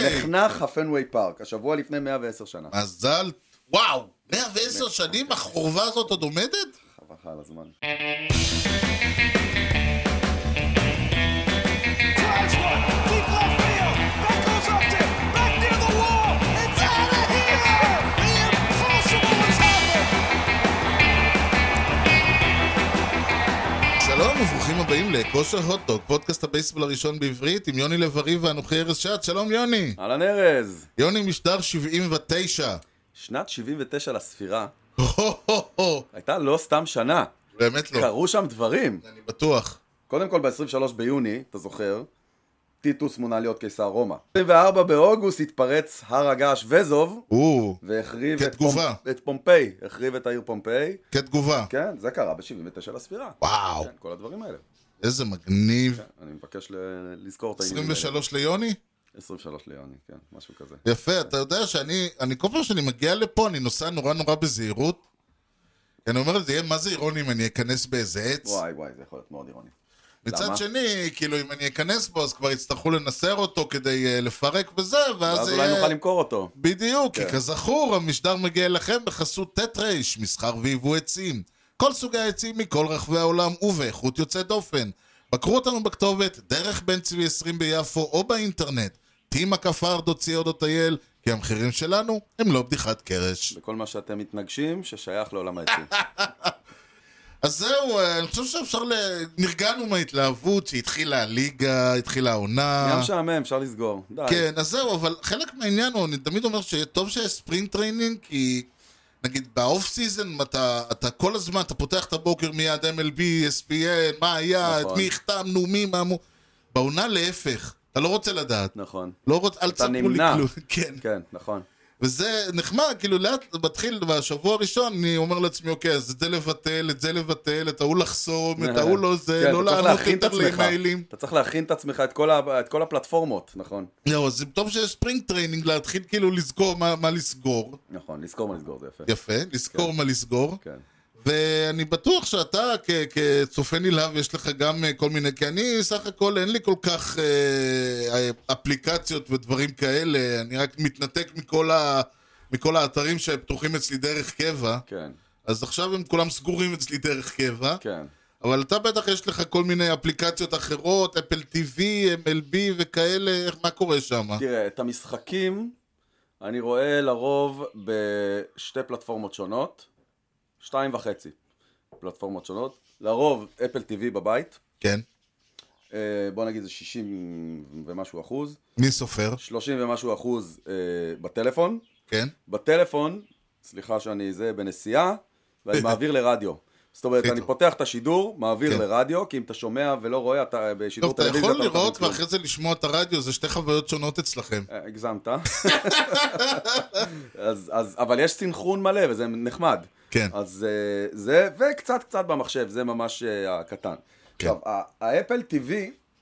נחנך הפנוויי פארק, השבוע לפני 110 שנה. מזל, וואו, 110 שנים החורבה הזאת עוד עומדת? חבל על הזמן. שלום וברוכים הבאים לכושר הוטדוג, פודקאסט הבייסבול הראשון בעברית עם יוני לב-ארי ואנוכי ארז שץ. שלום יוני. אהלן ארז. יוני משדר 79. שנת 79 לספירה הייתה לא סתם שנה. באמת לא. קרו שם דברים. אני בטוח. קודם כל ב-23 ביוני, אתה זוכר, טיטוס מונה להיות קיסר רומא. 24 באוגוסט התפרץ הר הגעש וזוב, והחריב את פומפיי, החריב את העיר פומפיי. כתגובה. כן, זה קרה ב-79 לספירה. וואו. כן, כל הדברים האלה. איזה מגניב. כן, אני מבקש לזכור את העניינים האלה. 23 ליוני? 23 ליוני, כן, משהו כזה. יפה, אתה יודע שאני כל פעם שאני מגיע לפה, אני נוסע נורא בזהירות. אני אומר, זה יהיה מה זה אירוני אם אני אכנס באיזה עץ. וואי, זה יכול להיות מאוד אירוני. מצד שני, כאילו, אם אני אכנס בו, אז כבר יצטרכו לנסר אותו כדי לפרק וזה, ואז אולי נוכל למכור אותו. בדיוק, כי כזכור, המשדר מגיע אליכם בחסות טטרייש, מסחר ויבוא עצים. כל סוגי העצים מכל רחבי העולם ובאיכות יוצאת דופן. בקרו אותנו בכתובת, דרך בן צבי 20 ביפו או באינטרנט, tima.co.il, כי המחירים שלנו הם לא בדיחת קרש. בכל מה שאתם מתנגשים, ששייך לעולם העצים. אז זהו, אני חושב שאפשר נרגענו מההתלהבות שהתחילה הליגה, התחילה העונה. גם שעמם, אפשר לסגור. די. כן, אז זהו, אבל חלק מהעניין הוא, אני תמיד אומר שטוב שיש ספרינג טריינינג, כי נגיד באוף סיזן, אתה כל הזמן, אתה פותח את הבוקר מיד MLB, SPN, מה היה, את מי החתמנו, מי, מה מו. בעונה להפך, אתה לא רוצה לדעת. נכון. לא רוצה, אל תספרו לי כלום. כן, נכון. וזה נחמד, כאילו לאט מתחיל בשבוע הראשון, אני אומר לעצמי, אוקיי, אז את זה לבטל, את ההוא לחסום, את ההוא לא זה, לא לענות יותר לאימיילים. אתה צריך להכין את עצמך, את כל הפלטפורמות, נכון. לא, זה טוב שיש ספרינג טריינינג, להתחיל כאילו לזכור מה לסגור. נכון, לזכור מה לסגור, זה יפה. יפה, לזכור מה לסגור. כן. ואני בטוח שאתה כצופה נלהב יש לך גם כל מיני, כי אני סך הכל אין לי כל כך אפליקציות ודברים כאלה, אני רק מתנתק מכל האתרים שפתוחים אצלי דרך קבע. כן. אז עכשיו הם כולם סגורים אצלי דרך קבע. כן. אבל אתה בטח יש לך כל מיני אפליקציות אחרות, אפל TV, MLB וכאלה, מה קורה שם? תראה, את המשחקים אני רואה לרוב בשתי פלטפורמות שונות. 2.5 פלטפורמות שונות, לרוב אפל TV בבית. כן. בוא נגיד זה 60 ומשהו אחוז. מי סופר? 30 ומשהו אחוז בטלפון. כן. בטלפון, סליחה שאני זה בנסיעה, ואני מעביר לרדיו. זאת אומרת, אני פותח את השידור, מעביר לרדיו, כי אם אתה שומע ולא רואה, אתה בשידור טלוויזיה. טוב, אתה יכול לראות ואחרי זה לשמוע את הרדיו, זה שתי חוויות שונות אצלכם. הגזמת. אבל יש סינכרון מלא, וזה נחמד. כן. אז זה, וקצת במחשב, זה ממש הקטן. כן. עכשיו, האפל TV,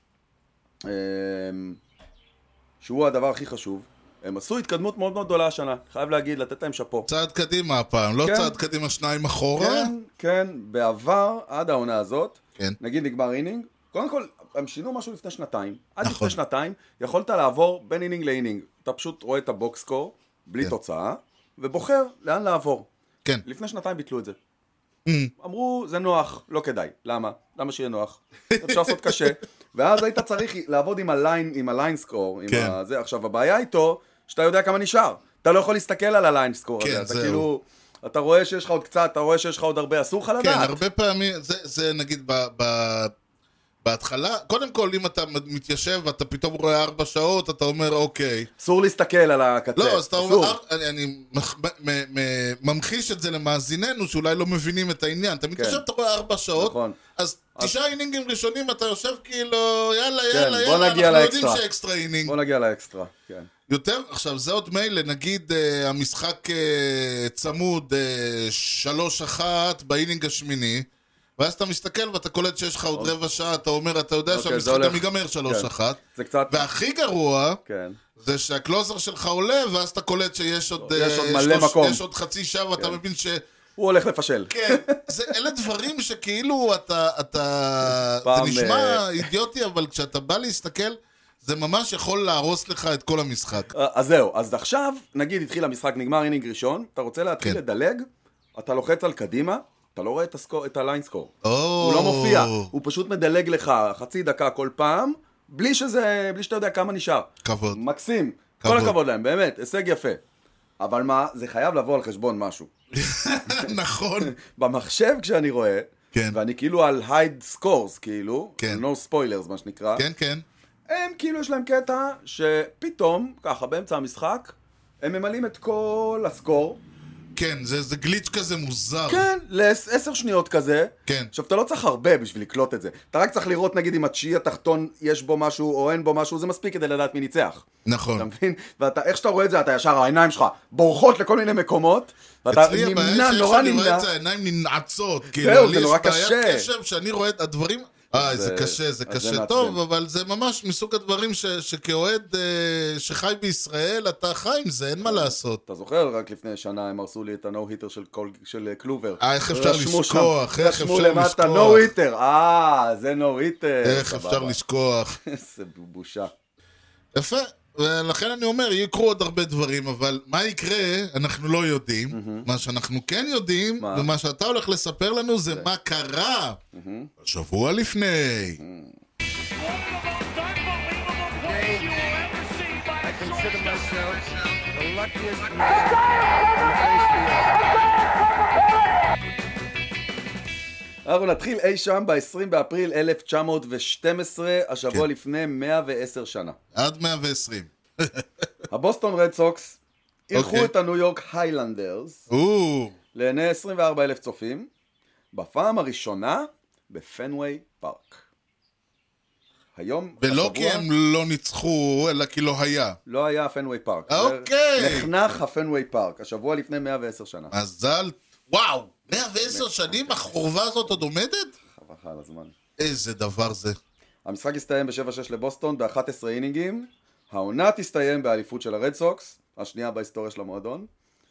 שהוא הדבר הכי חשוב, הם עשו התקדמות מאוד מאוד גדולה השנה. חייב להגיד, לתת להם שפו. צעד קדימה הפעם, לא צעד קדימה 2 אחורה. כן, בעבר, עד העונה הזאת, כן. נגיד נגמר אינינג, קודם כל, הם שינו משהו לפני שנתיים. עד לפני שנתיים, יכולת לעבור בין אינינג לאינינג. אתה פשוט רואה את הבוקס קור, בלי תוצאה, ובוחר לאן לעבור. כן. לפני שנתיים ביטלו את זה. אמרו, זה נוח, לא כדאי. למה? למה שיהיה נוח? אפשר לעשות קשה. ואז היית צריך לעבוד עם הליין סקור. עכשיו, הבעיה איתו, שאתה יודע כמה נשאר. אתה לא יכול להסתכל על הליין סקור הזה. אתה כאילו, אתה רואה שיש לך עוד קצת, אתה רואה שיש לך עוד הרבה, אסור לך לדעת. כן, הרבה פעמים, זה נגיד בהתחלה, קודם כל אם אתה מתיישב ואתה פתאום רואה 4 שעות, אתה אומר אוקיי. אסור להסתכל על הקצה. לא, אז אתה אומר, אני ממחיש את זה למאזיננו שאולי לא מבינים את העניין. אתה מתיישב, אתה רואה 4 שעות, אז 9 אינינגים ראשונים אתה יושב כאילו, יאללה, אנחנו יודעים שאקסטרה אינינג. בוא נגיע לאקסטרה, כן. יותר, עכשיו זה עוד מיילה, נגיד המשחק צמוד 3-1 באינינג השמיני, ואז אתה מסתכל ואתה קולט שיש לך עוד רבע שעה, אתה אומר, אתה יודע שהמשחק גם ייגמר 3-1, והכי גרוע זה שהקלוזר שלך עולה, ואז אתה קולט שיש עוד חצי שעה, ואתה מבין ש... הוא הולך לפשל. כן, אלה דברים שכאילו אתה... זה נשמע אידיוטי, אבל כשאתה בא להסתכל, זה ממש יכול להרוס לך את כל המשחק. אז זהו, אז עכשיו, נגיד התחיל המשחק, נגמר אינינג ראשון, אתה רוצה להתחיל לדלג, אתה לוחץ על קדימה, אתה לא רואה את הליין סקור. הוא לא מופיע, הוא פשוט מדלג לך חצי דקה כל פעם, בלי שאתה יודע כמה נשאר. כבוד. מקסים, כל הכבוד להם, באמת, הישג יפה. אבל מה, זה חייב לבוא על חשבון משהו. נכון. במחשב כשאני רואה, ואני כאילו על hide scores, כאילו, no spoilers מה שנקרא, כן, כן. הם כאילו יש להם קטע שפתאום, ככה באמצע המשחק, הם ממלאים את כל הסקור. כן, זה גליץ' כזה מוזר. כן, ל10 שניות כזה. כן. עכשיו, אתה לא צריך הרבה בשביל לקלוט את זה. אתה רק צריך לראות, נגיד, אם התשיעי התחתון יש בו משהו או אין בו משהו, זה מספיק כדי לדעת מי ניצח. נכון. אתה מבין? ואיך שאתה רואה את זה, אתה ישר, העיניים שלך בורחות לכל מיני מקומות, ואתה נמנע, נורא אני רואה נמנע. את זה, העיניים ננעצות. זהו, זה נורא קשה. לי יש בעיית קשב שאני רואה את הדברים... זה קשה, זה קשה טוב, אבל זה ממש מסוג הדברים שכאוהד שחי בישראל, אתה חי עם זה, אין מה לעשות. אתה זוכר, רק לפני שנה הם הרסו לי את הנו-היטר של קלובר. איך אפשר לשכוח, איך אפשר רשמו למטה נו-היטר, זה נו-היטר. איך אפשר לשכוח. איזה בושה. יפה, ולכן אני אומר, יקרו עוד הרבה דברים, אבל מה יקרה, אנחנו לא יודעים. מה שאנחנו כן יודעים, ומה שאתה הולך לספר לנו, זה מה קרה שבוע לפני. אנחנו נתחיל אי שם ב-20 באפריל 1912, השבוע לפני 110 שנה. עד 120. הבוסטון רד סוקס אירחו את הניו יורק היילנדרס לעיני 24,000 צופים, בפעם הראשונה בפנוויי פארק. היום, ולא כי הם לא ניצחו, אלא כי לא היה. לא היה פנוויי פארק. אוקיי. נחנך הפנוויי פארק, השבוע לפני 110 שנה. מזל, וואו, 110 שנים החורבה הזאת עוד עומדת? חבל על הזמן. איזה דבר זה. המשחק הסתיים ב-7-6 לבוסטון ב-11 אינינגים. העונה תסתיים באליפות של הרד סוקס, השנייה בהיסטוריה של המועדון.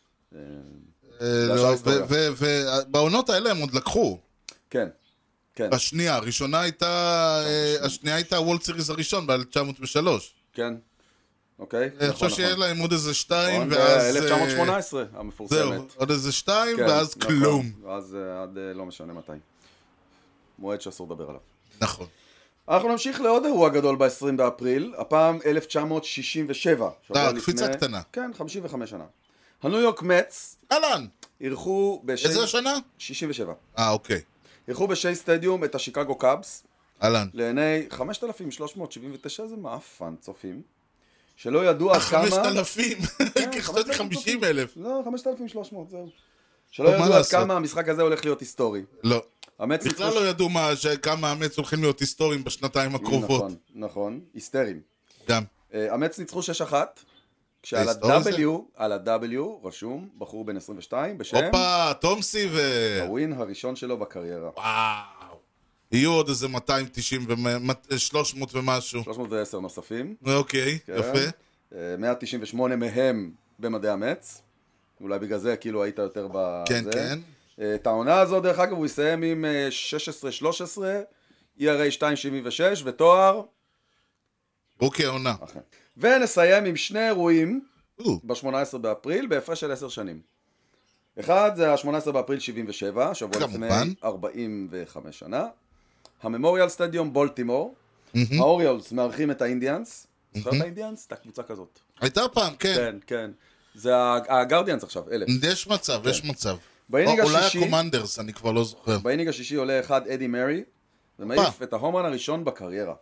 ובעונות האלה הם עוד לקחו. כן, כן. השנייה, השנייה הייתה וולד סיריס הראשון ב-1903. כן, אוקיי. אני חושב שיש להם עוד איזה 2 ואז... 1918 המפורסמת. זהו, עוד איזה 2 ואז כלום. ואז עד לא משנה מתי. מועד שאסור לדבר עליו. נכון. אנחנו נמשיך לעוד אירוע גדול ב-20 באפריל, הפעם 1967. קפיצה קטנה. כן, 55 שנה. הניו יורק מצ אהלן. אירחו איזה השנה? 67. אוקיי. אירחו בשי סטדיום את השיקגו קאבס. אהלן. לעיני 5,379, זה מאפן צופים. שלא ידעו עד כמה... 5,000? כחשבתי 50,000. לא, 5,300, זהו. שלא ידעו עד כמה המשחק הזה הולך להיות היסטורי. לא. בכלל לא ידעו כמה המץ הולכים להיות היסטוריים בשנתיים הקרובות. נכון, נכון, היסטריים. גם. המץ ניצחו 6-1, כשעל ה-W רשום בחור בן 22 בשם... הופה, תומסי הווין הראשון שלו בקריירה. וואו. יהיו עוד איזה 290 300 ומשהו. 310 נוספים. אוקיי, יפה. 198 מהם במדעי המץ. אולי בגלל זה כאילו היית יותר בזה. כן, כן. את העונה הזו, דרך אגב, הוא יסיים עם 16-13, ERA 2.76 ותואר... אוקיי, עונה. ונסיים עם שני אירועים ב-18 באפריל, בהפרש של 10 שנים. אחד זה ה-18 באפריל 77, שבוע לפני 45 שנה. הממוריאל סטדיום בולטימור. האוריולס מארחים את האינדיאנס. זוכר את האינדיאנס? הייתה קבוצה כזאת. הייתה פעם, כן. כן, כן. זה הגרדיאנס עכשיו, אלה. יש מצב, יש מצב. אולי הקומנדרס, אני כבר לא זוכר. באינינג השישי עולה אחד אדי מרי, ומעיף את ההומרן הראשון בקריירה.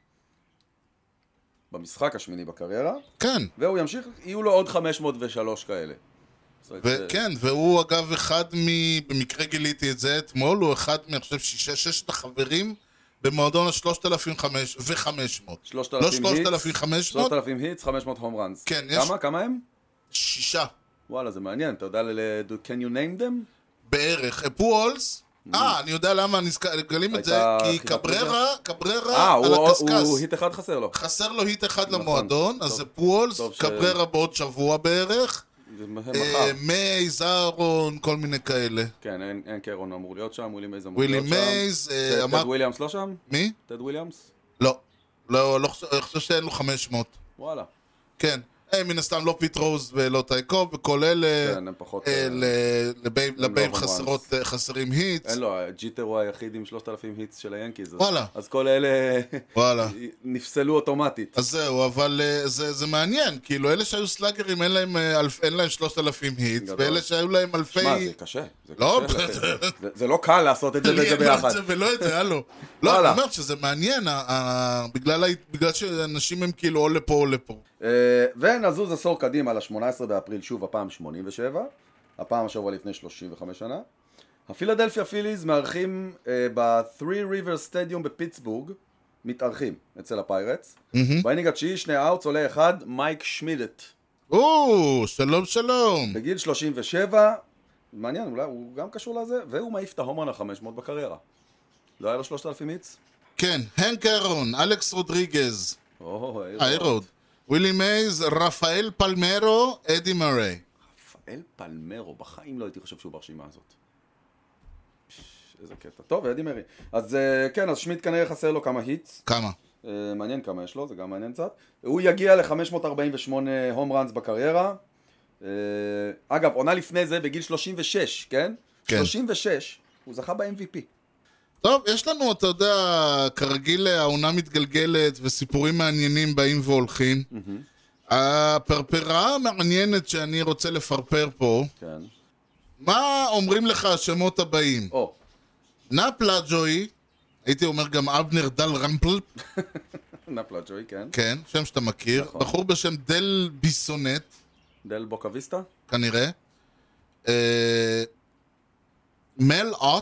במשחק השמיני בקריירה. כן. והוא ימשיך, יהיו לו עוד 503 כאלה. כן, והוא אגב אחד במקרה גיליתי את זה אתמול, הוא אחד אני חושב 6 החברים במועדון ה-3,500. 3,000 היטס, 500 הום ראנס. כן, יש... כמה הם? 6. וואלה, זה מעניין. אתה יודע, can you name them? בערך. פואלס, אני יודע למה גלים את זה, כי קבררה על הקסקס. הוא היט אחד חסר לו. חסר לו היט אחד למועדון, אז זה פואלס, קבררה בעוד שבוע בערך. מייז, אהרון, כל מיני כאלה. כן, אין קרון אמור להיות שם, ווילי מייז אמור ווילי להיות שם. מייז, טד וויליאמס לא שם? מי? טד וויליאמס? לא. לא חושב שאין לו 500. וואלה. כן. מן הסתם לא פיט רוז ולא טייקוב וכל אלה. כן, הם פחות... לבאים חסרים היטס. אין לו, ג'יטר הוא היחיד עם 3,000 היטס של היאנקיז. וואלה. אז כל אלה נפסלו אוטומטית. אז זהו, אבל זה מעניין. כאילו, אלה שהיו סלאגרים אין להם 3,000 היטס, ואלה שהיו להם אלפי... שמע, זה קשה. לא, זה לא קל לעשות את זה ואת זה ביחד. ולא את זה, הלו. לא, אני אומר שזה מעניין, בגלל שאנשים הם כאילו או לפה או לפה. ונזוז עשור קדימה ל-18 באפריל, שוב הפעם 87, הפעם השבוע לפני 35 שנה. הפילדלפיה פיליז מארחים ב-Three River Stadium בפיטסבורג, מתארחים אצל הפיירטס. באינינג התשיעי, 2 אאוטס, עולה אחד, מייק שמידט. שלום שלום. בגיל 37, מעניין, אולי הוא גם קשור לזה, והוא מעיף את ההומרן ה-500 בקריירה. לא היה לו 3,000 היטס? כן, הנק אירון, אלכס רודריגז. איירוד. ווילי מייז, רפאל פלמרו, אדי מרי. רפאל פלמרו, בחיים לא הייתי חושב שהוא ברשימה הזאת. איזה קטע. טוב, אדי מרי. אז כן, אז שמיט כנראה חסר לו כמה היטס. כמה? מעניין כמה יש לו, זה גם מעניין קצת. הוא יגיע ל-548 הום ראנס בקריירה. אגב, עונה לפני זה בגיל 36, כן? כן. 36, הוא זכה ב-MVP. טוב, יש לנו, אתה יודע, כרגיל העונה מתגלגלת וסיפורים מעניינים באים והולכים. הפרפרה המעניינת שאני רוצה לפרפר פה, כן. מה אומרים לך השמות הבאים? נפלג'וי, הייתי אומר גם אבנר דל רמפל. נפלג'וי, כן. כן, שם שאתה מכיר. נכון. בחור בשם דל ביסונט. דל בוקוויסטה? כנראה. מל אוט.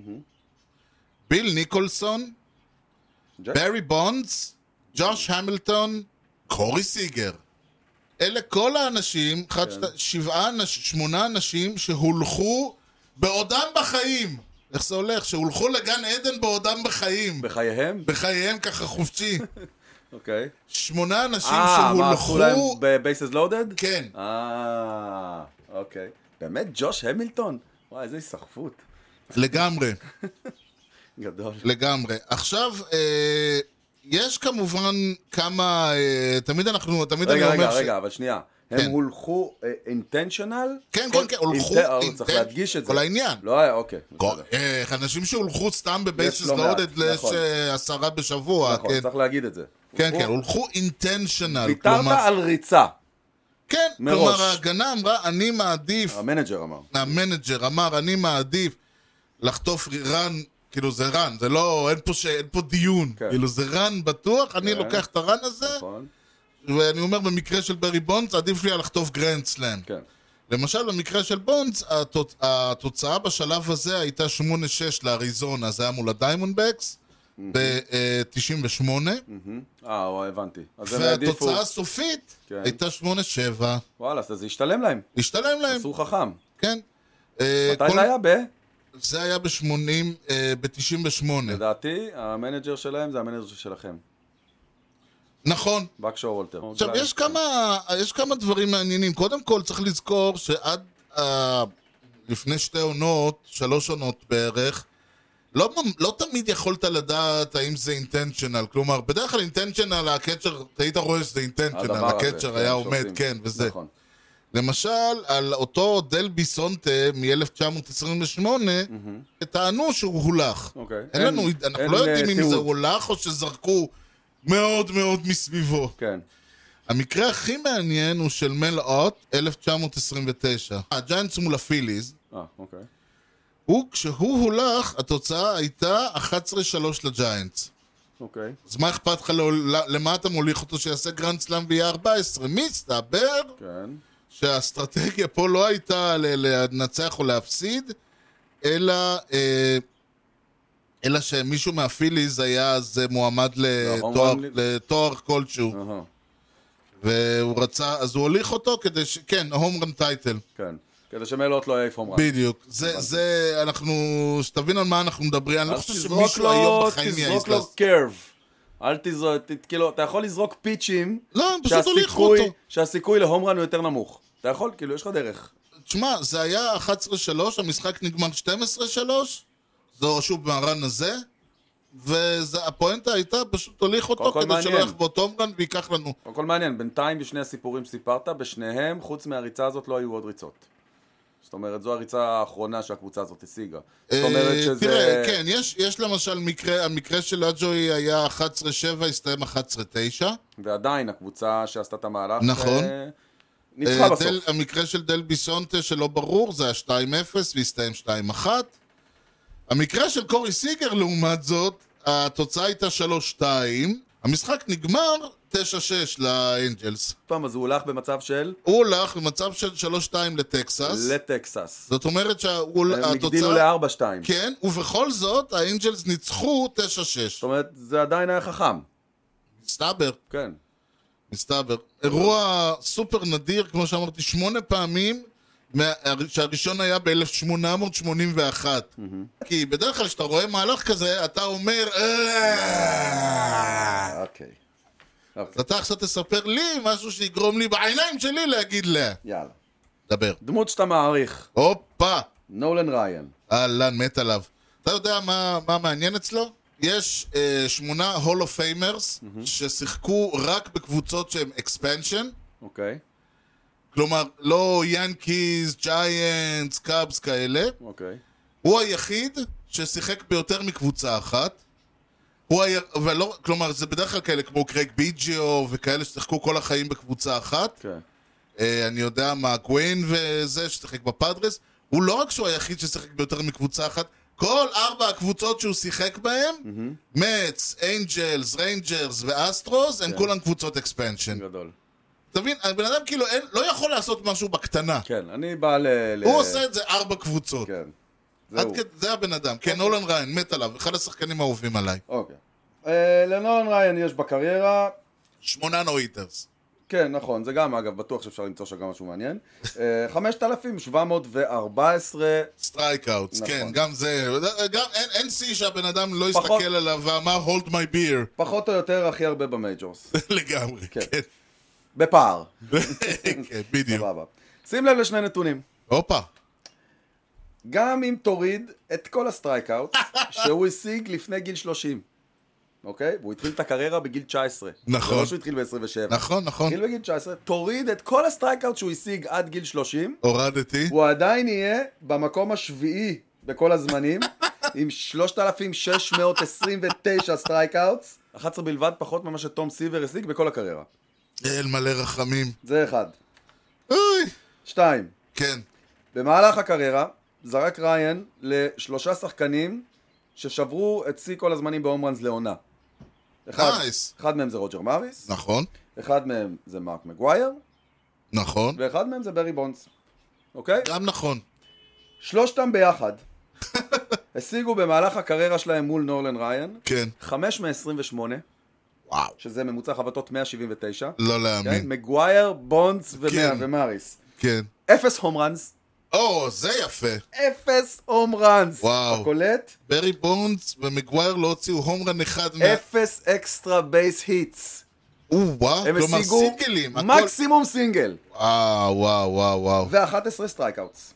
ביל ניקולסון. ברי בונדס. ג'וש המילטון. קורי סיגר. אלה כל האנשים, 8 אנשים שהולכו בעודם בחיים. איך זה הולך? שהולכו לגן עדן בעודם בחיים. בחייהם? בחייהם ככה חופשי. אוקיי. 8 אנשים מה, שהולכו... עשו להם בבייסס לודד? כן. אוקיי. באמת ג'וש המילטון? וואי, איזה הסחפות. לגמרי. גדול. לגמרי. עכשיו, יש כמובן כמה... תמיד אני אומר רגע, אבל שנייה. הם הולכו אינטנשיונל? כן, הולכו... צריך להדגיש את זה. כל העניין. לא היה, אוקיי. אנשים שהולכו סתם בבייסס לודד ל10 בשבוע. נכון, צריך להגיד את זה. כן, הולכו אינטנשיונל. ויתרת על ריצה. כן, כלומר ההגנה אמרה, אני מעדיף... המנג'ר אמר, אני מעדיף לחטוף רן, כאילו זה רן, זה לא, אין פה דיון. כאילו זה רן בטוח, אני לוקח את הרן הזה. נכון. ואני אומר, במקרה של ברי בונדס, עדיף לי לחטוף גרנד סלאם. כן. למשל, במקרה של בונדס, התוצאה בשלב הזה הייתה 8-6 לאריזונה, זה היה מול הדיימונדבקס, ב-98. הבנתי. והתוצאה הסופית הייתה 8-7. וואלה, אז זה השתלם להם. השתלם להם. עשו חכם. כן. מתי זה היה? זה היה ב-98. לדעתי, המנג'ר שלהם זה המנג'ר שלכם. נכון. בק שואו וולטר. עכשיו, יש כמה דברים מעניינים. קודם כל, צריך לזכור שעד לפני 3 עונות בערך, לא תמיד יכולת לדעת האם זה אינטנשיונל. כלומר, בדרך כלל אינטנשיונל, הקצ'ר, היית רואה שזה אינטנשיונל, הקצ'ר היה עומד, כן, וזה. נכון. למשל, על אותו דל ביסונטה מ-1928, טענו שהוא הולך. אנחנו לא יודעים אם זה הולך או שזרקו מאוד מאוד מסביבו. כן. המקרה הכי מעניין הוא של מל אוט, 1929. הג'יינטס מול הפיליז. אוקיי. כשהוא הולך, התוצאה הייתה 11-3 לג'יינטס. אוקיי. אז מה אכפת לך, למה אתה מוליך אותו שיעשה גרנד סלאם ויהיה 14? מסתבר שהאסטרטגיה פה לא הייתה לנצח או להפסיד, אלא שמישהו מהפיליז היה אז מועמד לתואר כלשהו. והוא רצה, אז הוא הוליך אותו כדי כן, הום-רן טייטל. כן, כדי שמלות לא יעיף הום-רן. בדיוק. זה, אנחנו, שתבין על מה אנחנו מדברים, אני לא חושב שמישהו היום בחיים יעיז. תזרוק לו קרב. אל תזרוק, כאילו, אתה יכול לזרוק פיצ'ים, לא, פשוט הוליכו אותו. שהסיכוי להום-רן הוא יותר נמוך. אתה יכול, כאילו, יש לך דרך. תשמע, זה היה 11-3, המשחק נגמר 12-3, זו שוב מהרן הזה, והפואנטה הייתה פשוט הוליך אותו כדי שלא יחבוט הומרן ויקח לנו. הכל מעניין, בינתיים בשני הסיפורים שסיפרת, בשניהם, חוץ מהריצה הזאת לא היו עוד ריצות. זאת אומרת, זו הריצה האחרונה שהקבוצה הזאת השיגה. זאת אומרת שזה... תראה, כן, יש למשל המקרה של אג'וי היה 11-7, הסתיים 11-9. ועדיין הקבוצה שעשתה את המהלך... נכון. ניצחה בסוף. המקרה של דל ביסונטה שלא ברור, זה היה 2-0 והסתיים 2-1. המקרה של קורי סיגר לעומת זאת, התוצאה הייתה 3-2. המשחק נגמר 9-6 לאנג'לס. פעם, אז הוא הולך במצב של? הוא הולך במצב של 3-2 לטקסס. לטקסס. זאת אומרת הם הגדילו ל-4-2. כן, ובכל זאת האנג'לס ניצחו 9-6. זאת אומרת, זה עדיין היה חכם. מסתבר. כן. מסתבר. אירוע סופר נדיר, כמו שאמרתי, 8 פעמים, שהראשון היה ב-1881. כי בדרך כלל כשאתה רואה מהלך כזה, אתה אומר... אוקיי. אז אתה עכשיו תספר לי משהו שיגרום לי בעיניים שלי להגיד לה. יאללה. דבר. דמות שאתה מעריך. הופה. נולן ריין. אהלן, מת עליו. אתה יודע מה מעניין אצלו? יש 8 הול אוף פיימרס ששיחקו רק בקבוצות שהן אקספנשן. אוקיי. כלומר, לא ינקיז, ג'יינטס, קאבס כאלה. אוקיי. הוא היחיד ששיחק ביותר מקבוצה אחת. כלומר, זה בדרך כלל כאלה כמו קרייג ביג'יו וכאלה ששיחקו כל החיים בקבוצה אחת. כן. אני יודע מה, גוויין וזה ששיחק בפאדרס. הוא לא רק שהוא היחיד ששיחק ביותר מקבוצה אחת, כל 4 הקבוצות שהוא שיחק בהן, מץ, אנג'לס, ריינג'רס ואסטרוס, הם כולם קבוצות אקספנשן. גדול. אתה מבין? הבן אדם כאילו לא יכול לעשות משהו בקטנה. כן, אני בא הוא עושה את זה 4 קבוצות. כן. זה הבן אדם. כן, נולן ריין, מת עליו. אחד השחקנים האהובים עליי. אוקיי. לנולן ריין יש בקריירה... 8 נו-היטרס. כן, נכון. זה גם, אגב, בטוח שאפשר למצוא שם גם משהו מעניין. 5,714... סטרייקאוטס, כן, גם זה. אין סי שהבן אדם לא יסתכל עליו ואמר, hold my beer. פחות או יותר הכי הרבה במייג'ורס. לגמרי, כן. בפער. כן, בדיוק. שים לב לשני נתונים. הופה. גם אם תוריד את כל הסטרייקאוט שהוא השיג לפני גיל 30. אוקיי? והוא התחיל את הקריירה בגיל 19. נכון. זה לא שהוא התחיל ב-27. נכון. התחיל בגיל 19, תוריד את כל הסטרייקאוט שהוא השיג עד גיל 30. הורדתי. הוא עדיין יהיה במקום השביעי בכל הזמנים, עם 3,629 סטרייקאוטס. 11 בלבד פחות ממה שתום סיבר השיג בכל הקריירה. אל מלא רחמים. זה 1. אוי. 2. כן. במהלך הקריירה, זרק ריין ל3 שחקנים ששברו את שיא כל הזמנים בהומרנס לעונה. אחד מהם זה רוג'ר מאריס. נכון. אחד מהם זה מרק מגווייר. נכון. ואחד מהם זה ברי בונדס. אוקיי? גם נכון. שלושתם ביחד השיגו במהלך הקריירה שלהם מול נולן ריין. כן. 5 מ-28. וואו. שזה ממוצע חבטות 179. לא להאמין. כן? מגווייר, בונדס ומאריס. כן. 0 הומרנס. זה יפה. 0 הומרנס. וואו. הקולט? ברי בונדס ומגווייר לא הוציאו הומרן אחד 0 אקסטרה בייס היטס. וואו, כלומר סינגלים. מקסימום סינגל. וואו. ו11 סטרייקאוטס.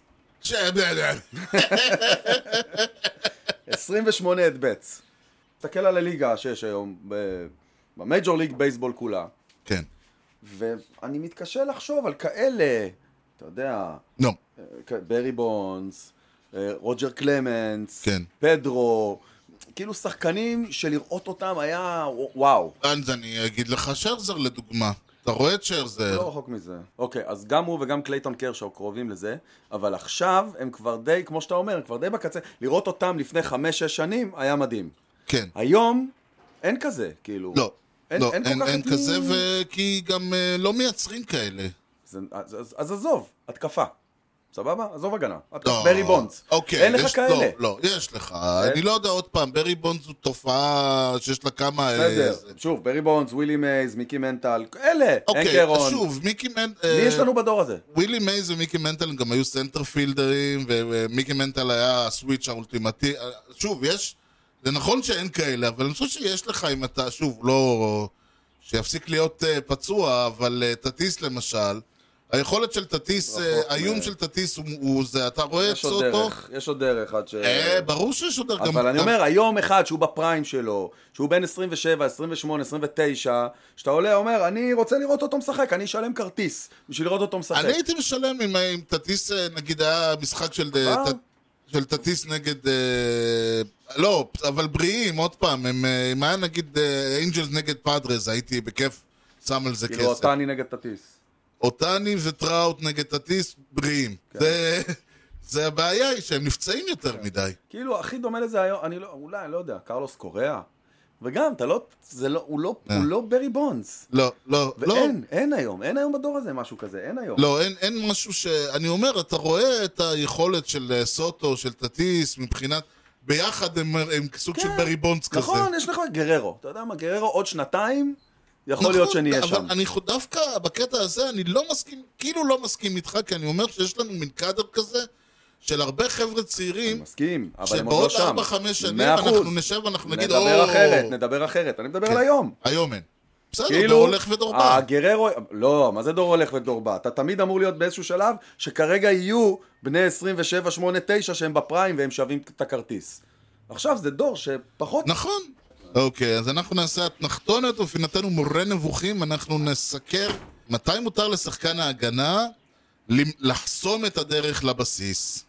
28 אדבטס. תסתכל על הליגה שיש היום במייג'ור ליג בייסבול כולה. כן. ואני מתקשה לחשוב על כאלה, אתה יודע, ברי בונדס, רוג'ר קלמנס, כן. פדרו, כאילו שחקנים שלראות אותם היה וואו. אז אני אגיד לך שרזר לדוגמה. אתה רואה את שרזר? לא רחוק מזה. אוקיי, אז גם הוא וגם קלייטון קרשו קרובים לזה, אבל עכשיו הם כבר די, כמו שאתה אומר, הם כבר די בקצה. לראות אותם לפני 5-6 שנים היה מדהים. כן. היום אין כזה, כאילו. לא, אין כזה, מי... כי גם לא מייצרים כאלה. אז עזוב, התקפה. סבבה? עזוב הגנה. ברי בונדס. אוקיי. אין לך כאלה. לא, יש לך. אני לא יודע עוד פעם, ברי בונדס הוא תופעה שיש לה כמה... בסדר. שוב, ברי בונדס, ווילי מייז, מיקי מנטל, אלה. אוקיי, אז שוב, מיקי מנטל... מי יש לנו בדור הזה? ווילי מייז ומיקי מנטל גם היו סנטרפילדרים, ומיקי מנטל היה הסוויץ' האולטימטי. שוב, יש... זה נכון שאין כאלה, אבל אני חושב שיש לך אם אתה, שוב, לא... שיפסיק להיות פצוע, אבל תטיס למשל... היכולת של תטיס, האיום של תטיס הוא זה, אתה רואה את סוטו? יש עוד דרך עד ש... ברור שיש עוד דרך. אבל אני אומר, היום אחד שהוא בפריים שלו, שהוא בין 27, 28, 29, שאתה עולה, אומר, אני רוצה לראות אותו משחק, אני אשלם כרטיס בשביל לראות אותו משחק. אני הייתי משלם עם תטיס, נגיד היה משחק של תטיס נגד... לא, אבל בריאים, עוד פעם, אם היה נגיד אינג'לס נגד פאדרס, הייתי בכיף שם על זה כסף. כאילו אותני נגד תטיס. אותני וטראוט נגד תטיס בריאים. זה הבעיה היא שהם נפצעים יותר מדי. כאילו, הכי דומה לזה היום, אולי, לא יודע, קרלוס קוריאה. וגם, הוא לא ברי בונדס. לא. אין היום בדור הזה משהו כזה, אין היום. לא, אין משהו אני אומר, אתה רואה את היכולת של סוטו, של תטיס, מבחינת, ביחד הם סוג של ברי בונדס כזה. נכון, יש לך גררו. אתה יודע מה, גררו עוד שנתיים, יכול להיות שנהיה שם. אבל אני דווקא, בקטע הזה, אני לא מסכים, כאילו לא מסכים איתך, כי אני אומר שיש לנו מין קאדר כזה, של הרבה חבר'ה צעירים, אני מסכים, אבל הם עוד לא שם. שבעוד 4-5 שנים אנחנו נשב ואנחנו נגיד, נדבר אחרת, אני מדבר על היום. היום אין. בסדר, דור הולך ודור בא. הגררו, לא, מה זה דור הולך ודור בא? אתה תמיד אמור להיות באיזשהו שלב, שכרגע יהיו בני 27, 8, 9 שהם בפריים והם שווים את הכרטיס. עכשיו זה דור שפחות... נכון. אוקיי, אז אנחנו נעשה התנחתונת ופינתנו מורה נבוכים, אנחנו נסקר מתי מותר לשחקן ההגנה לחסום את הדרך לבסיס.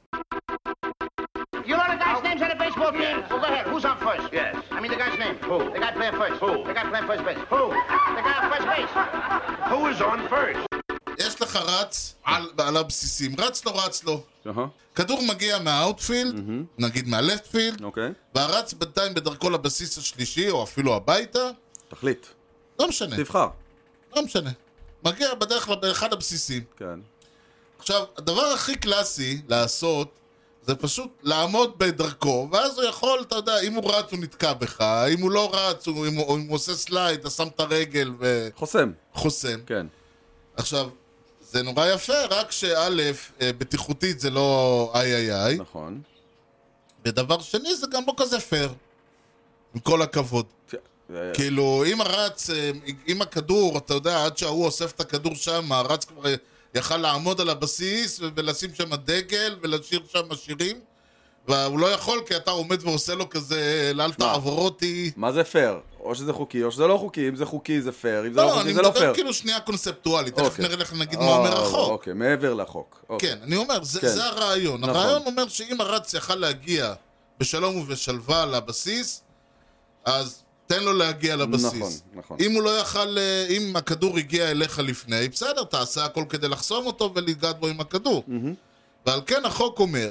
You know the guy's names on the baseball team? Well, go ahead. Who's on first? Yes. I mean the guy's name. Who? The guy playing first. Who? The guy playing first base. Who? The guy on first base. Who is on first? יש לך רץ על הבסיסים. רץ לו. כדור מגיע מהאוטפילד, נגיד מהלפטפילד, והרץ בינתיים בדרכו לבסיס השלישי, או אפילו הביתה. תחליט. לא משנה. תבחר. לא משנה. מגיע בדרך לאחד הבסיסים. כן. עכשיו, הדבר הכי קלאסי לעשות, זה פשוט לעמוד בדרכו, ואז הוא יכול, אתה יודע, אם הוא רץ הוא נתקע בך, אם הוא לא רץ, אם הוא עושה סלייד, אתה שם את הרגל ו... חוסם. כן. עכשיו, זה נורא יפה, רק שא', בטיחותית זה לא איי. נכון. ודבר שני, זה גם לא כזה פייר. עם כל הכבוד. כאילו, אם הרץ, אם הכדור, אתה יודע, עד שההוא אוסף את הכדור שם, הרץ כבר יכל לעמוד על הבסיס ולשים שם דגל ולשיר שם שירים, והוא לא יכול כי אתה עומד ועושה לו כזה, אל תעבור אותי. מה זה פייר? או שזה חוקי או שזה לא חוקי. אם זה חוקי זה פייר, אם זה לא חוקי זה לא פייר. לא, אני מדבר כאילו שנייה קונספטואלית, תכף נראה לך נגיד מה אומר החוק. אוקיי, מעבר לחוק. כן, אני אומר, זה הרעיון. הרעיון אומר שאם הרץ יכל להגיע בשלום ובשלווה לבסיס, אז תן לו להגיע לבסיס. נכון. אם הוא לא יכל, אם הכדור הגיע אליך לפני, בסדר, תעשה הכל כדי לחסום אותו ולגעת בו עם הכדור. ועל כן החוק אומר,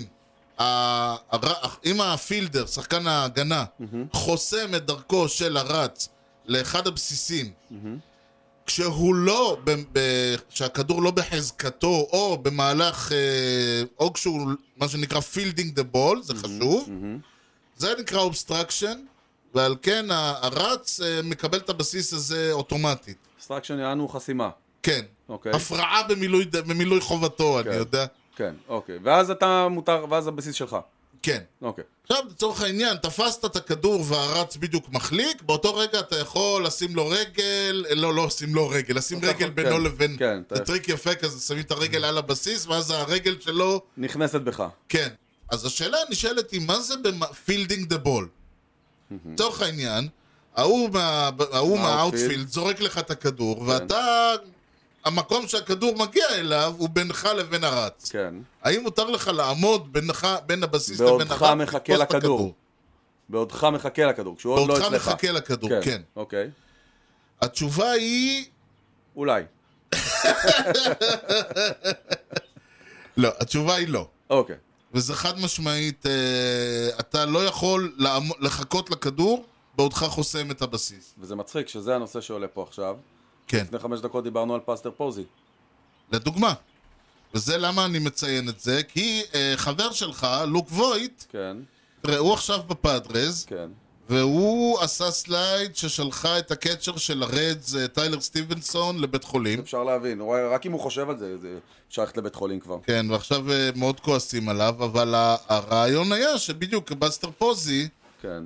אם הפילדר, שחקן ההגנה, חוסם את דרכו של הרץ לאחד הבסיסים, כשהוא לא, שהכדור לא בחזקתו, או במהלך, או כשהוא, מה שנקרא fielding the ball, זה חשוב, זה נקרא obstruction, ועל כן הרץ מקבל את הבסיס הזה אוטומטית. obstruction יענו חסימה. כן. הפרעה במילוי חובתו, אני יודע. כן, אוקיי. ואז אתה מותר, ואז הבסיס שלך. כן. אוקיי. עכשיו, לצורך העניין, תפסת את הכדור והרץ בדיוק מחליק, באותו רגע אתה יכול לשים לו רגל, לא לשים לו רגל, לשים רגל בינו לבין, זה טריק יפה כזה, שמים את הרגל על הבסיס, ואז הרגל שלו... נכנסת בך. כן. אז השאלה נשאלת היא, מה זה בפילדינג דה בול? לצורך העניין, ההוא מהאוטפילד זורק לך את הכדור, ואתה... המקום שהכדור מגיע אליו הוא בינך לבין הרץ. כן. האם מותר לך לעמוד בין הבסיס לבין הרץ? בעודך מחכה לכדור. בעודך מחכה לכדור, כשהוא עוד לא אצלך. בעודך מחכה לכדור, כן. אוקיי. התשובה היא... אולי. לא, התשובה היא לא. אוקיי. וזה חד משמעית, אתה לא יכול לחכות לכדור בעודך חוסם את הבסיס. וזה מצחיק שזה הנושא שעולה פה עכשיו. כן. לפני 5 דקות דיברנו על פסטר פוזי. לדוגמה. וזה למה אני מציין את זה, כי חבר שלך, לוק וויט, כן. הוא עכשיו בפאדרז, כן. והוא עשה סלייד ששלחה את הקצ'ר של הרדס, טיילר סטיבנסון, לבית חולים. אפשר להבין, רק אם הוא חושב על זה, אפשר ללכת לבית חולים כבר. כן, ועכשיו מאוד כועסים עליו, אבל הרעיון היה שבדיוק בסטר פוזי, כן.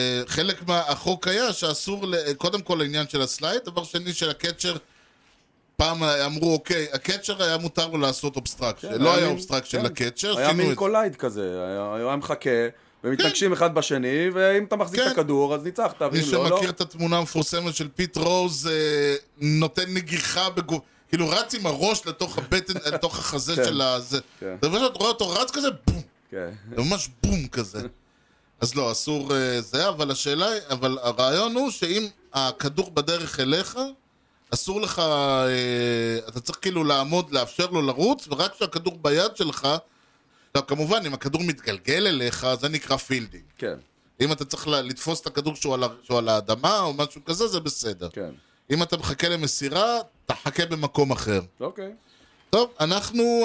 חלק מהחוק היה שאסור, קודם כל העניין של הסלייד, דבר שני של הקצ'ר פעם אמרו, אוקיי, הקצ'ר היה מותר לו לעשות אובסטרקשן, כן, לא היה מין- אובסטרקשן כן. לקצ'ר, היה שינו מין את זה. קולייד כזה, היה מחכה, ומתנגשים אחד בשני, ואם אתה מחזיק כן. את הכדור, אז ניצחת, מי ואם לא, לא. שמכיר את התמונה המפורסמת של פיט רוז, נותן נגיחה בגוף, כאילו רץ עם הראש לתוך הבטן, לתוך החזה כן. של הזה. כן. אתה פשוט רואה אותו רץ כזה, בום, כן. זה ממש בום כזה. אז לא, אסור זה, אבל השאלה היא, אבל הרעיון הוא שאם הכדור בדרך אליך, אסור לך, אתה צריך כאילו לעמוד, לאפשר לו לרוץ, ורק כשהכדור ביד שלך, עכשיו כמובן, אם הכדור מתגלגל אליך, זה נקרא פילדינג. כן, אם אתה צריך לתפוס את הכדור שהוא על האדמה או משהו כזה, זה בסדר. כן. אם אתה מחכה למסירה, תחכה במקום אחר. אוקיי. טוב, אנחנו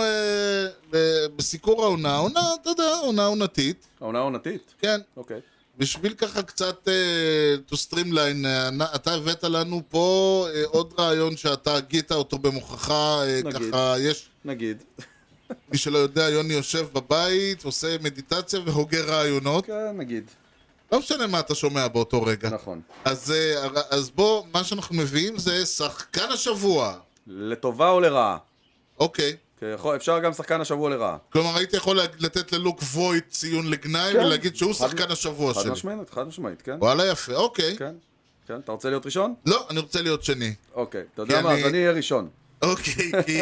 בסיקור העונה, עונה, אתה יודע, עונה עונתית, העונה עונתית. כן. אוקיי. בשביל ככה קצת to streamline, אתה הבאת לנו פה עוד רעיון שאתה הגית אותו במוכחה, נגיד. ככה יש, נגיד. מי שלא יודע, יוני יושב בבית, עושה מדיטציה והוגה רעיונות, כן, נגיד. לא משנה מה אתה שומע באותו רגע. נכון. אז בוא, מה שאנחנו מביאים זה שחקן השבוע. לטובה או לרעה? אוקיי. אפשר גם שחקן השבוע לרעה. כלומר, הייתי יכול לתת ללוק וויט ציון לגנאי כן. ולהגיד שהוא שחקן השבוע חד שלי. משמעית, חד משמעית, כן. וואלה, יפה, אוקיי. כן. כן, אתה רוצה להיות ראשון? לא, אני רוצה להיות שני. אוקיי. אתה יודע כי מה? אני- אז אני אהיה ראשון. אוקיי, כי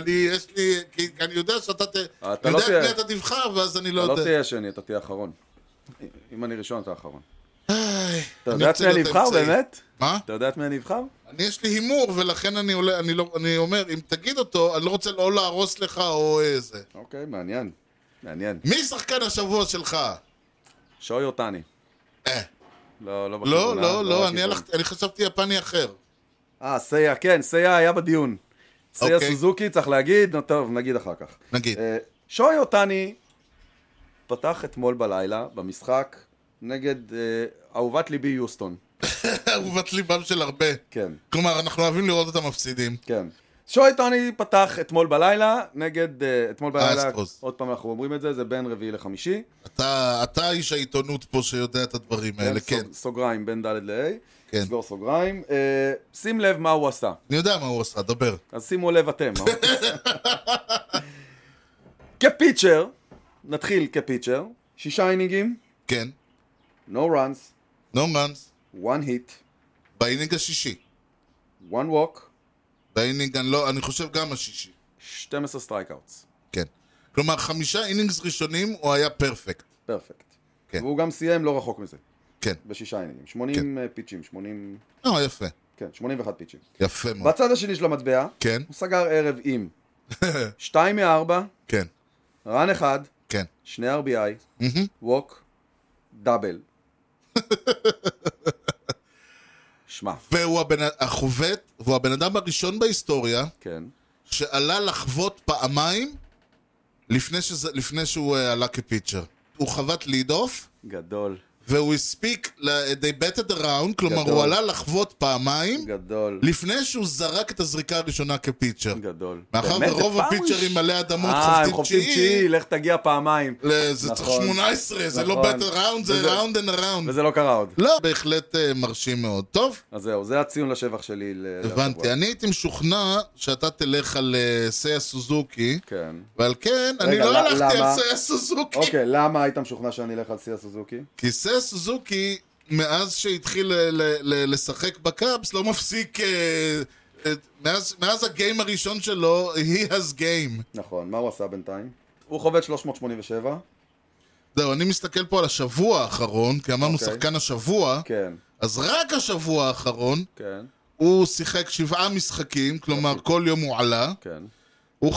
כי אני יודע שאתה אתה אני לא יודע את תהיה- מי אתה תבחר, ואז אני אתה לא לא יודע. תהיה שני, אתה תהיה אחרון. אם אני ראשון, אתה אחרון. איי, אתה אני יודע את רוצה מי אני להיות אבחר אמצעי. באמת? מה? אתה יודע את מי אני אבחר? יש לי הימור, ולכן אני אומר, אם תגיד אותו, אני לא רוצה לא להרוס לך או איזה. אוקיי, מעניין. מעניין. מי שחקן השבוע שלך? שוי אותני. אה. לא, לא לא, בכיוון, לא, לא, בכיוון. אני חשבתי יפני אחר. סייע, כן, סייע היה בדיון. סייע אוקיי. סוזוקי, צריך להגיד, טוב, נגיד אחר כך. נגיד. שוי אותני פתח אתמול בלילה במשחק נגד אהובת ליבי יוסטון. אהובת ליבם של הרבה. כן, כלומר, אנחנו אוהבים לראות אותם מפסידים. כן. שוי אותני פתח אתמול בלילה נגד, אתמול בלילה, האסטרוס. עוד פעם אנחנו אומרים את זה, זה בין רביעי לחמישי. אתה איש העיתונות פה שיודע את הדברים האלה, כן. סוגריים בין ד' ל-A. כן. סגור סוגריים. שים לב מה הוא עשה. אני יודע מה הוא עשה, דבר. אז שימו לב אתם. מה הוא עשה. כפיצ'ר, נתחיל כפיצ'ר, 6 אינינגים, כן. no runs, נו מנס. 1 hit, באינינג השישי. 1 walk, באינינג, אני חושב גם השישי. 12 סטרייקאוטס. כן. כלומר, 5 אינינגס ראשונים הוא היה פרפקט. פרפקט. כן. והוא גם סיים לא רחוק מזה, כן. ב6 אינינגים. 80 פיצ'ים, 80... יפה. כן, 81 פיצ'ים. יפה מאוד. בצד השני של המטבע, כן. הוא סגר ערב עם 2 מ-4, כן. רן 1, כן. 2 RBI, מהמם. ווק, דאבל. שמע, והוא החובט, והוא הבן אדם הראשון בהיסטוריה כן, שעלה לחוות פעמיים לפני שהוא עלה כפיצ'ר. הוא חוות ליד אוף, גדול, והוא הספיק, they betted around, כלומר גדול. הוא עלה לחוות פעמיים גדול, לפני שהוא זרק את הזריקה הראשונה כפיצ'ר. גדול. מאחר באמת, זה ורוב פעם הפיצ'רים מלא אדמות הם חובטים חובטים תשיעי, לך תגיע פעמיים. זה צריך נכון. 18, זה לא נכון. bet around, זה וזה- round and around. וזה לא קרה עוד. לא, בהחלט מרשים מאוד. טוב, אז זהו, זה הציון לשבח שלי. הבנתי. אני הייתי משוכנע שאתה תלך על סייע סוזוקי, כן. ועל כן, אני רגע, לא הלכתי למה? על סייע סוזוקי. אוקיי, למה היית משוכנע שאני אלך על סייע סוזוקי? כי סייע סוזוקי, מאז שהתחיל לשחק בקאפס, לא מפסיק... מאז הגיים הראשון שלו, he has game. נכון, מה הוא עשה בינתיים? הוא חובט 387. זהו, אני מסתכל פה על השבוע האחרון, כי אמרנו אוקיי. שחקן השבוע, כן, אז רק השבוע האחרון, כן, הוא שיחק 7 משחקים, כלומר כל יום הוא עלה, כן. הוא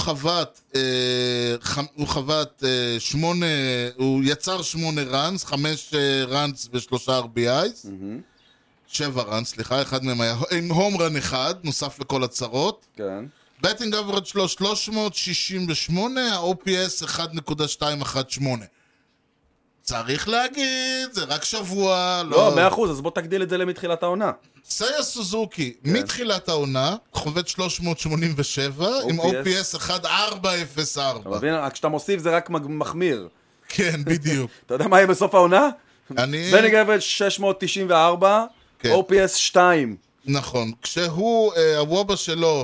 חוות 8, הוא יצר 8 ראנס, 5 ראנס ו3 RBIs, 7 ראנס, סליחה, אחד מהם היה עם הום רן אחד, נוסף לכל הצרות. כן. בטינג אברד שלו 368, ה-OPS 1.218. צריך להגיד, זה רק שבוע, לא, 100%, אז בוא תגדיל את זה למתחילת העונה. סייע סוזוקי, כן. מתחילת העונה, חובט 387, עם OPS 1.404. אתה מבין? רק כשאתה מוסיף זה רק מחמיר. כן, בדיוק. אתה יודע מה יהיה בסוף העונה? אני... בטינג אברד 694, כן. OPS 2. נכון. כשהוא, הוובה שלו,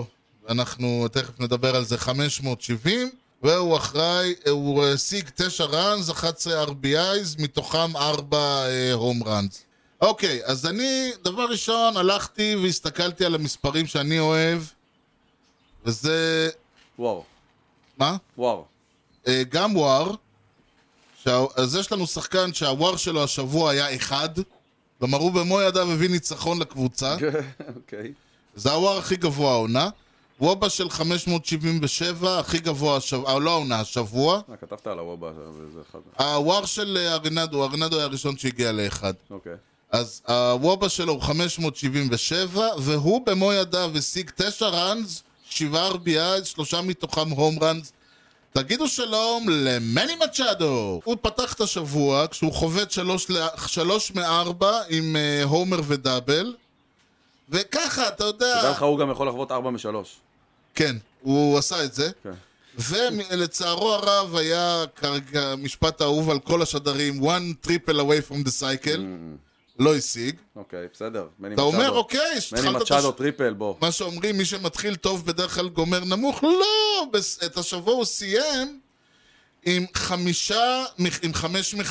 אנחנו תכף נדבר על זה, 570, והוא אחראי, הוא השיג 9 ראנס, 11 RBIs, מתוכם 4 הום ראנס. אוקיי, אז אני, דבר ראשון, הלכתי והסתכלתי על המספרים שאני אוהב, וזה... וואו. מה? וואו. גם וואר, אז יש לנו שחקן שהוואר שלו השבוע היה 1, כלומר הוא במו ידיו הביא ניצחון לקבוצה. אוקיי. זה הוואר הכי גבוה העונה. וובה של 577, הכי גבוה השבוע, לא העונה, השבוע. כתבת על הוובה, זה אחד. הוואר של ארנדו היה הראשון שהגיע לאחד. אוקיי. אז הוובה שלו הוא 577, והוא במו ידיו השיג 9 ראנס, 7 RBI, 3 מתוכם הום ראנס. תגידו שלום למני מצ'אדו. הוא פתח את השבוע כשהוא חובט 3 מ-4 עם הומר ודאבל. וככה, אתה יודע... תדע לך, הוא גם יכול לחוות 4 מ-3. כן, הוא עשה את זה. כן. ולצערו הרב היה כרגע משפט האהוב על כל השדרים, one triple away from the cycle. לא השיג. אוקיי, בסדר. אתה אומר, אוקיי, מני מצ'אדו טריפל, בוא. מה שאומרים, מי שמתחיל טוב בדרך כלל גומר נמוך. לא, את השבוע הוא סיים עם 5 מ-5.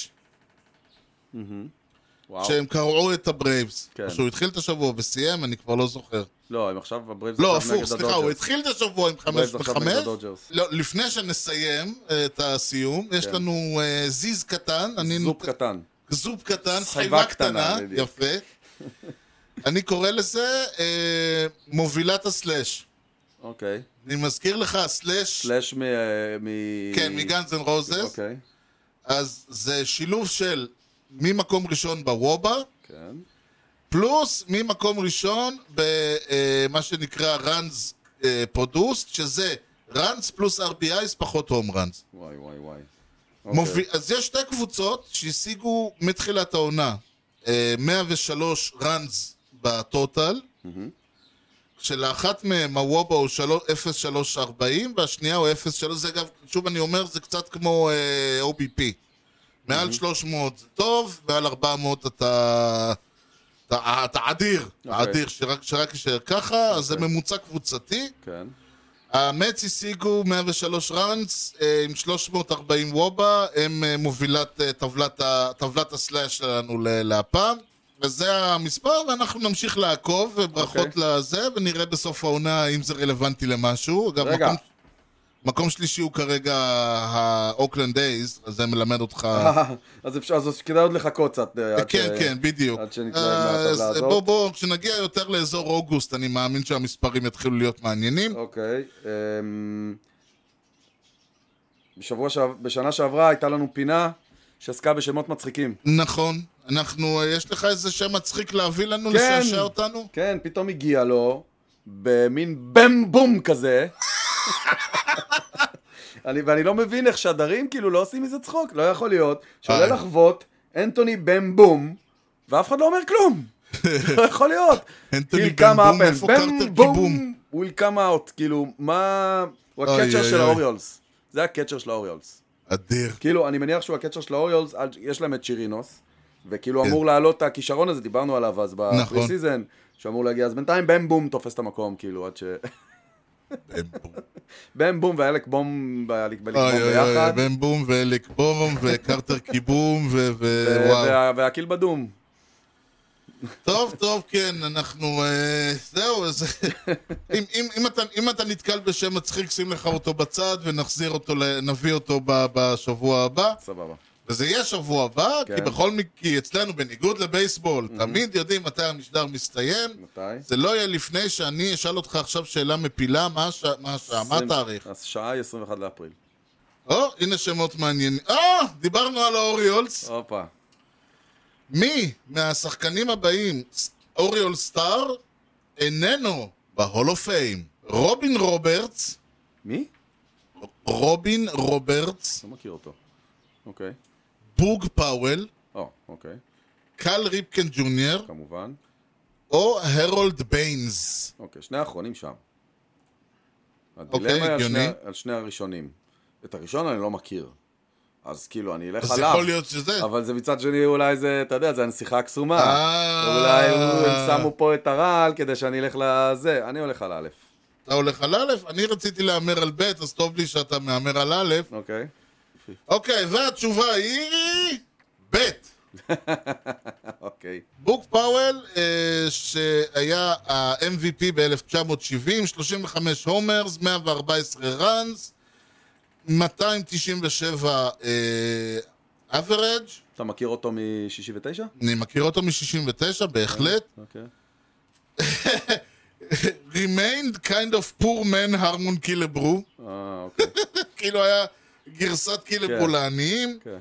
שהם קראו את הברייבס. שהוא התחיל את השבוע וסיים, אני כבר לא זוכר. לא, הם עכשיו הברייבס... לא, הפוך, סליחה, הוא התחיל את השבוע עם 5 מ-5. לא, לפני שנסיים את הסיום, יש לנו זיז קטן. זופ קטן. זופ קטן, סחיבה קטנה, יפה. אני קורא לזה מובילת הסלאש. אוקיי. אני מזכיר לך, סלאש כן, מגאנז אנד רוזס. אוקיי. אז זה שילוב של ממקום ראשון בוובה, כן. פלוס ממקום ראשון במה שנקרא ראנס פרודוסט, שזה ראנס פלוס RBIs פחות הום ראנס. וואי. אז יש 2 קבוצות שהשיגו מתחילת העונה 103 ראנס בטוטל, שלאחת מהם הוובה הוא 0.340 והשנייה הוא 0.3, זה אגב, שוב אני אומר, זה קצת כמו OBP. מעל 300 זה טוב, מעל 400 אתה אדיר, שרק יישאר ככה, אז זה ממוצע קבוצתי. כן. המץ השיגו 103 ראנס עם 340 וובה, הם מובילת טבלת הסלאש שלנו להפעם, וזה המספר, ואנחנו נמשיך לעקוב, וברכות לזה, ונראה בסוף העונה אם זה רלוונטי למשהו. רגע. מקום שלישי הוא כרגע האוקלנד דייז, אז זה מלמד אותך... אז כדאי עוד לחכות קצת. כן, בדיוק. עד שנתלהם מהטבלה הזאת. בוא, כשנגיע יותר לאזור אוגוסט, אני מאמין שהמספרים יתחילו להיות מעניינים. אוקיי. בשנה שעברה הייתה לנו פינה שעסקה בשמות מצחיקים. נכון. יש לך איזה שם מצחיק להביא לנו, לשעשע אותנו? כן, פתאום הגיע לו במין בם בום כזה. ואני לא מבין איך שדרים כאילו לא עושים מזה צחוק. לא יכול להיות שעולה לחוות אנטוני בם בום ואף אחד לא אומר כלום. לא יכול להיות. אנטוני בם בום, איפה קרטר קיבום? הוא come out, כאילו, מה... הוא הקצ'ר של האוריולס. זה הקצ'ר של האוריולס. אדיר. כאילו, אני מניח שהוא הקצ'ר של האוריולס, יש להם את שירינוס, וכאילו אמור לעלות את הכישרון הזה, דיברנו עליו אז בפרי סיזן, שאמור להגיע, אז בינתיים בם בום תופס את המקום, כאילו, עד ש... בם בום ואלק בום ביחד. בם בום ואלק בום וקרטר קיבום והקיל בדום. טוב, כן, אנחנו... זהו, אם אתה נתקל בשם מצחיק, שים לך אותו בצד ונחזיר אותו, נביא אותו בשבוע הבא. סבבה. וזה יהיה שבוע הבא, כי בכל מקרה, אצלנו בניגוד לבייסבול, תמיד יודעים מתי המשדר מסתיים. מתי? זה לא יהיה לפני שאני אשאל אותך עכשיו שאלה מפילה, מה התאריך? אז שעה 21 לאפריל. הנה שמות מעניינים. דיברנו על האוריולס. הופה. מי מהשחקנים הבאים, אוריול סטאר, איננו בהול אוף פיים? רובין רוברטס. מי? רובין רוברטס. לא מכיר אותו. אוקיי. בוג פאוול. אוקיי. קל ריפקן ג'וניור. כמובן. או הרולד ביינס. אוקיי, שני האחרונים שם. אוקיי, הדילמה הגיוני. על שני הראשונים. את הראשון אני לא מכיר. אז כאילו אני אלך אז עליו. יכול להיות שזה. אבל זה מצד שני אולי זה, אתה יודע, זה הנסיכה הקסומה. אולי הם שמו פה את הרעל כדי שאני אלך לזה. אני הולך על א'. אתה הולך על א', אני רציתי להאמר על ב', אז טוב לי שאתה מאמר על א'. אוקיי. אוקיי, והתשובה היא... ב'. אוקיי. בוק פאוול, שהיה ה-MVP ב-1970, 35 הומרס, 114 ראנס, 297 average. אתה מכיר אותו מ-69? אני מכיר אותו מ-69, בהחלט. אוקיי. Remained kind of poor man הרמון קילברו. אוקיי. כאילו היה גרסת קילברו לעניים. כן.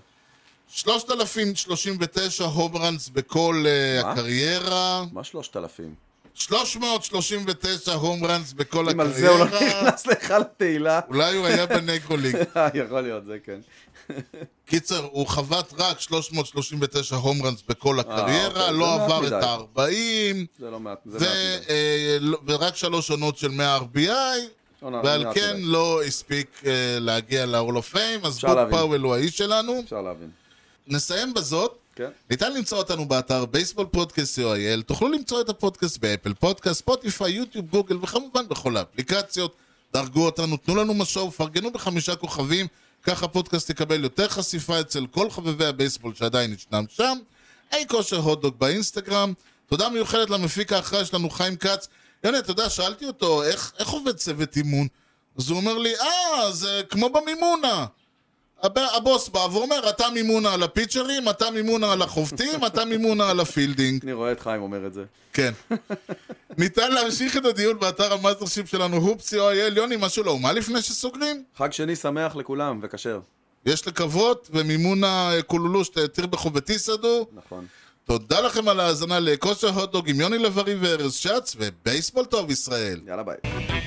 3,039 הומרנס בכל הקריירה. מה 3,000? 339 הומרנס בכל אם על זה הוא לא הקריירה. נכנס לך לתהילה. אולי הוא היה בנגרוליג. יכול להיות, זה כן. קיצר, הוא חבט רק 339 הומרנס בכל אוקיי, הקריירה, זה לא מעט עבר מדי. את ה-40, זה לא מעט, זה מעט מדי. ורק 3 עונות של 100 RBI, ועל מעט כן מדי. לא הספיק להגיע ל-Hall of Fame, אז אפשר בוק להבין. פאוול הוא האיש שלנו. אפשר להבין. נסיים בזאת. כן. ניתן למצוא אותנו באתר בייסבול פודקאסט co.il, תוכלו למצוא את הפודקאסט באפל פודקאסט, ספוטיפיי, יוטיוב, גוגל וכמובן בכל האפליקציות. דרגו אותנו, תנו לנו משוב, פרגנו ב5 כוכבים, ככה הפודקאסט יקבל יותר חשיפה אצל כל חובבי הבייסבול שעדיין ישנם שם. כושר הוטדוג באינסטגרם. תודה מיוחדת למפיק האחראי שלנו חיים כץ. יוני, אתה יודע, שאלתי אותו איך עובד צוות אימון, אז הוא אומר לי, זה כמו במימונה. הבוס בא ואומר, אתה מימונה על הפיצ'רים, אתה מימונה על החובטים, אתה מימונה על הפילדינג. אני רואה את חיים אומר את זה. כן. ניתן להמשיך את הדיון באתר המאסטרשיפ שלנו, הופ.co.il. יוני, משהו לא, מה לפני שסוגרים? חג שני שמח לכולם, וכשר. יש לקוות, ומימונה כוללו שתרבחו ותיסדו. נכון. תודה לכם על ההאזנה לכושר הוטדוג עם יוני לב-ארי וארז שץ, ובייסבול טוב ישראל. יאללה ביי.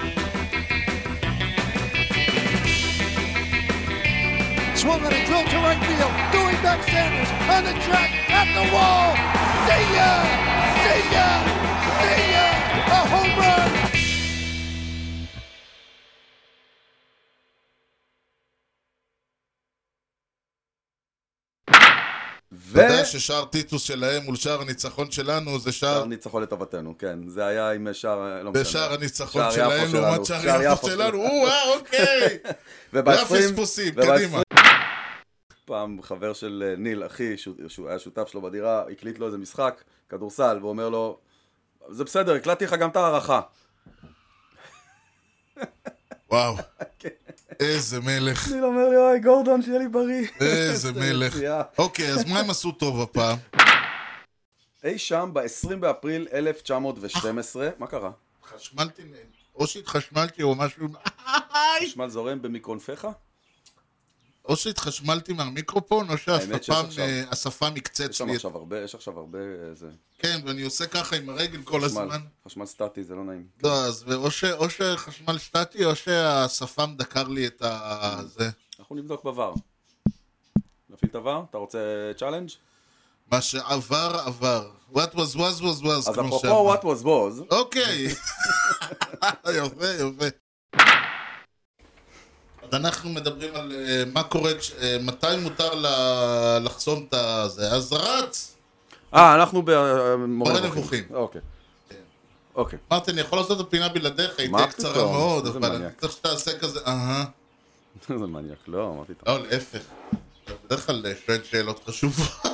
Swung on a drill to right field. Doing back Sanders on the track at the wall. See ya! See ya! See ya! A home run! אתה יודע ששער טיטוס שלהם מול שער הניצחון שלנו זה שער ניצחון לטובתנו, כן. זה היה עם שער... בשער הניצחון שלהם לעומת שער יפו שלנו. אוקיי. והפספוסים, קדימה. פעם חבר של ניל, אחי, שהוא היה שותף שלו בדירה, הקליט לו איזה משחק, כדורסל, ואומר לו, זה בסדר, הקלטתי לך גם את הערכה. וואו. איזה מלך. ניל אומר לי, אוי, גורדון, שיהיה לי בריא. איזה מלך. אוקיי, אז מה הם עשו טוב הפעם? אי שם, ב-20 באפריל 1912, מה קרה? חשמלתי, או שהתחשמלתי או משהו... חשמל זורם במיקרונפיך? או שהתחשמלתי מהמיקרופון, או שהשפם מקצץ לי. יש עכשיו הרבה... כן, ואני עושה ככה עם הרגל כל הזמן. חשמל סטטי, זה לא נעים. לא, אז או שחשמל סטטי, או שהשפם דקר לי את זה. אנחנו נבדוק בבר. נפעיל את הבר? אתה רוצה צ'אלנג'? מה שעבר, עבר. What was was was was. אז אפרופו what was was. אוקיי. יפה, יפה. אנחנו מדברים על מה קורה, מתי מותר לחסום את זה, אז רץ. אנחנו במורה נבוכים. אוקיי. אמרתי, אני יכול לעשות את הפינה בלעדיך, היא תהיה קצרה מאוד, אבל אני צריך שתעשה כזה, זה מניאק, לא, אמרתי טוב. לא, להפך. בדרך כלל שואל שאלות חשובות.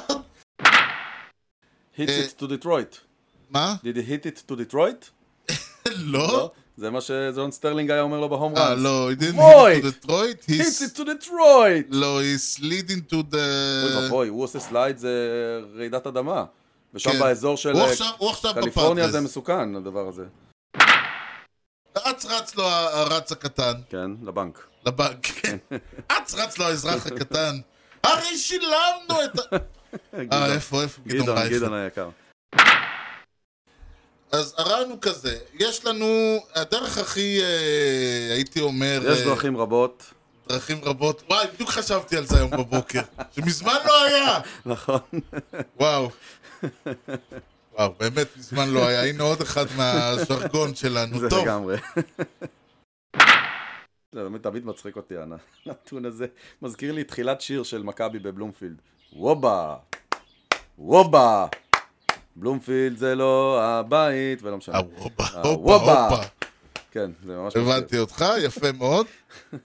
Hit it to Detroit. מה? Did he hit it to Detroit? לא. זה מה שזון סטרלינג היה אומר לו בהום ראנס. לא, he didn't hit it to Detroit. Hits it to Detroit! לא, he slid into the... אוי, הוא עושה סלייד, זה רעידת אדמה. ושם באזור של קליפורניה זה מסוכן, הדבר הזה. רץ לו הרץ הקטן. כן, לבנק. לבנק, כן. רץ לו האזרח הקטן. הרי שילמנו את ה... איפה? גדעון היקר. אז הרעיון הוא כזה, יש לנו, הדרך הכי, הייתי אומר... יש דרכים רבות. דרכים רבות, וואי, בדיוק חשבתי על זה היום בבוקר, שמזמן לא היה! נכון. וואו. וואו, באמת מזמן לא היה, הנה עוד אחד מהז'רגון שלנו, זה טוב. לגמרי. זה באמת תמיד מצחיק אותי, הנתון הזה. מזכיר לי תחילת שיר של מכבי בבלומפילד. וובה! וובה! בלומפילד זה לא הבית, ולא משנה. הוובה. כן, זה ממש הבנתי אותך, יפה מאוד.